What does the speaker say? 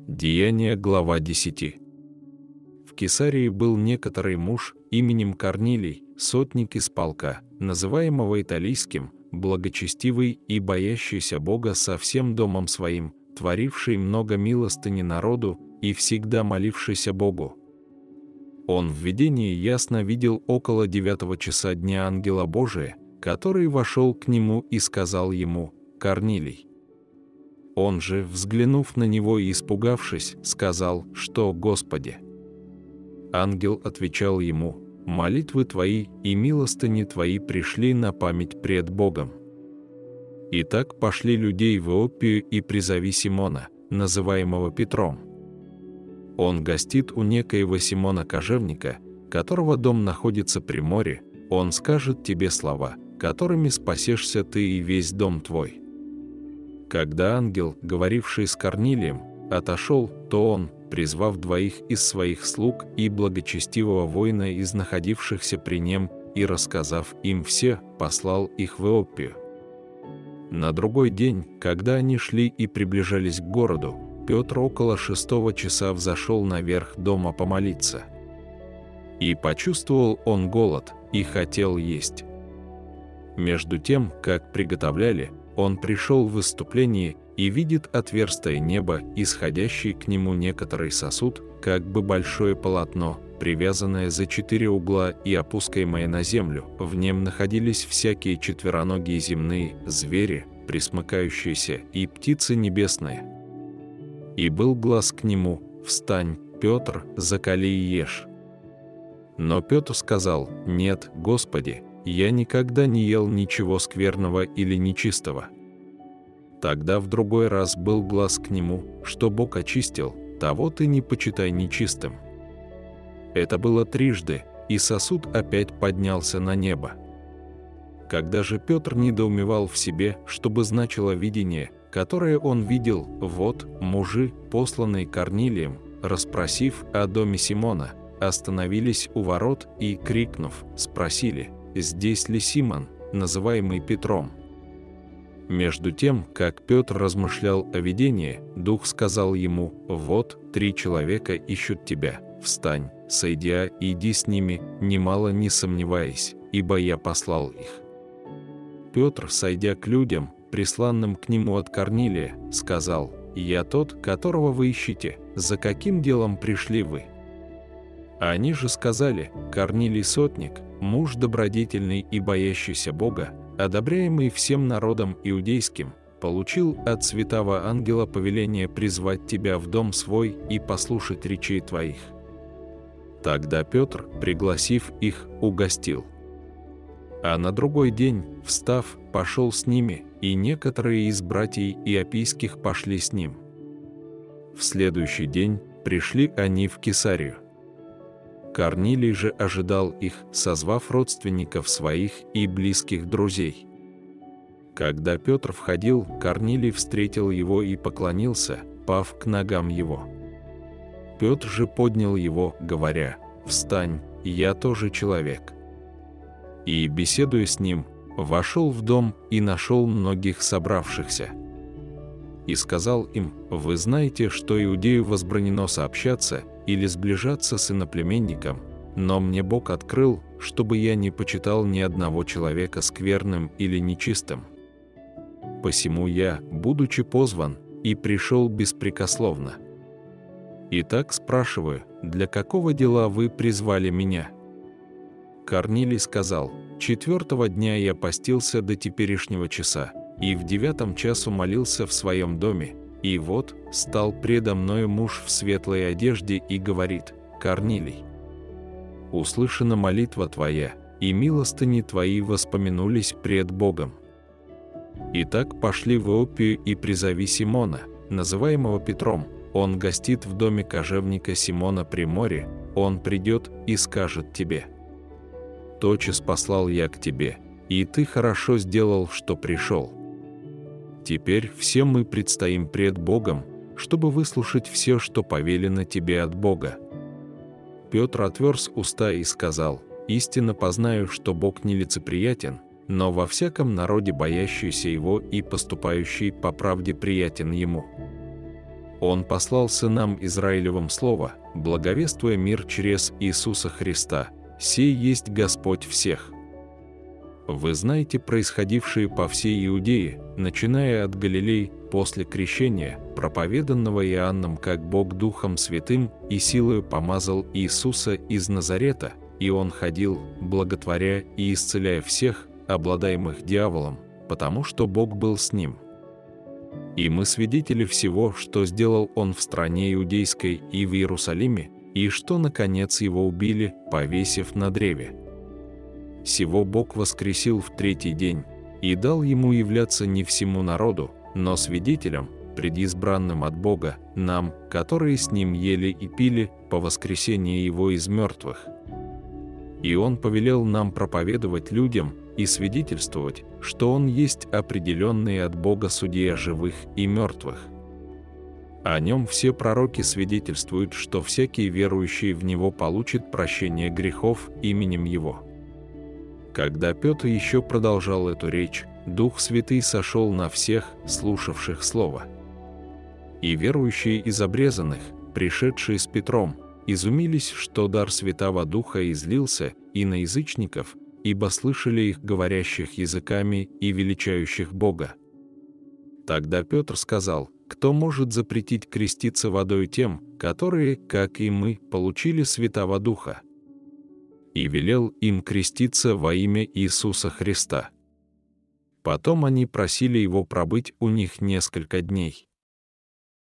Деяния, глава 10. В Кесарии был некоторый муж именем Корнилий, сотник из полка, называемого Италийским, благочестивый и боящийся Бога со всем домом своим, творивший много милостыни народу и всегда молившийся Богу. Он в видении ясно видел около 9 часа дня ангела Божия, который вошел к нему и сказал ему: «Корнилий». Он же, взглянув на него и испугавшись, сказал: «Что, Господи?» Ангел отвечал ему: «Молитвы твои и милостыни твои пришли на память пред Богом». Итак, пошли людей в Иоппию и призови Симона, называемого Петром. Он гостит у некоего Симона кожевника, которого дом находится при море. Он скажет тебе слова, которыми спасешься ты и весь дом твой». Когда ангел, говоривший с Корнилием, отошел, то он, призвав 2 из своих слуг и благочестивого воина из находившихся при нем, и рассказав им все, послал их в Иоппию. На другой день, когда они шли и приближались к городу, Петр около 6 часа взошел наверх дома помолиться. И почувствовал он голод, и хотел есть. Между тем, как приготовляли, он пришел в выступление и видит отверстие неба, исходящий к нему некоторый сосуд, как бы большое полотно, привязанное за 4 угла и опускаемое на землю. В нем находились всякие четвероногие земные звери, пресмыкающиеся, и птицы небесные. И был глас к нему: «Встань, Петр, закали и ешь». Но Петр сказал: «Нет, Господи, я никогда не ел ничего скверного или нечистого». Тогда в другой раз был глас к нему: «Что Бог очистил, того ты не почитай нечистым». Это было 3, и сосуд опять поднялся на небо. Когда же Петр недоумевал в себе, что бы значило видение, которое он видел, вот мужи, посланные Корнилием, расспросив о доме Симона, остановились у ворот и, крикнув, спросили: «Здесь ли Симон, называемый Петром?» Между тем, как Петр размышлял о видении, Дух сказал ему: «Вот 3 человека ищут тебя, встань, сойдя и иди с ними, немало не сомневаясь, ибо я послал их». Петр, сойдя к людям, присланным к нему от Корнилия, сказал: «Я тот, которого вы ищете, за каким делом пришли вы?» Они же сказали: «Корнилий сотник, муж добродетельный и боящийся Бога, одобряемый всем народом иудейским, получил от святого ангела повеление призвать тебя в дом свой и послушать речей твоих». Тогда Петр, пригласив их, угостил. А на другой день, встав, пошел с ними, и некоторые из братьев иопийских пошли с ним. В следующий день пришли они в Кесарию. Корнилий же ожидал их, созвав родственников своих и близких друзей. Когда Петр входил, Корнилий встретил его и поклонился, пав к ногам его. Петр же поднял его, говоря: «Встань, я тоже человек». И, беседуя с ним, вошел в дом и нашел многих собравшихся. И сказал им: «Вы знаете, что иудею возбранено сообщаться или сближаться с иноплеменником, но мне Бог открыл, чтобы я не почитал ни одного человека скверным или нечистым. Посему я, будучи позван, и пришел беспрекословно. Итак, спрашиваю, для какого дела вы призвали меня?» Корнилий сказал: «4 дня я постился до теперешнего часа, и в 9 часу молился в своем доме, и вот стал предо мною муж в светлой одежде и говорит: Корнилий, услышана молитва твоя, и милостыни твои воспомянулись пред Богом. Итак, пошли в Иоппию и призови Симона, называемого Петром. Он гостит в доме кожевника Симона при море, он придет и скажет тебе. Тотчас послал я к тебе, и ты хорошо сделал, что пришел. Теперь все мы предстоим пред Богом, чтобы выслушать все, что повелено тебе от Бога». Петр отверз уста и сказал: «Истинно познаю, что Бог нелицеприятен, но во всяком народе боящийся Его и поступающий по правде приятен Ему». Он послал сынам Израилевым слово, благовествуя мир через Иисуса Христа, сей есть Господь всех. Вы знаете происходившие по всей Иудее, начиная от Галилеи, после крещения, проповеданного Иоанном, как Бог Духом Святым и силою помазал Иисуса из Назарета, и Он ходил, благотворя и исцеляя всех, обладаемых дьяволом, потому что Бог был с Ним. И мы свидетели всего, что сделал Он в стране Иудейской и в Иерусалиме, и что, наконец, Его убили, повесив на древе. Сего Бог воскресил в третий день и дал Ему являться не всему народу, но свидетелям, предизбранным от Бога, нам, которые с Ним ели и пили по воскресении Его из мертвых. И Он повелел нам проповедовать людям и свидетельствовать, что Он есть определенный от Бога судья живых и мертвых. О Нем все пророки свидетельствуют, что всякий верующий в Него получит прощение грехов именем Его. Когда Петр еще продолжал эту речь, Дух Святый сошел на всех, слушавших Слово. И верующие из обрезанных, пришедшие с Петром, изумились, что дар Святого Духа излился и на язычников, ибо слышали их говорящих языками и величающих Бога. Тогда Петр сказал: «Кто может запретить креститься водой тем, которые, как и мы, получили Святого Духа?» И велел им креститься во имя Иисуса Христа. Потом они просили его пробыть у них несколько дней.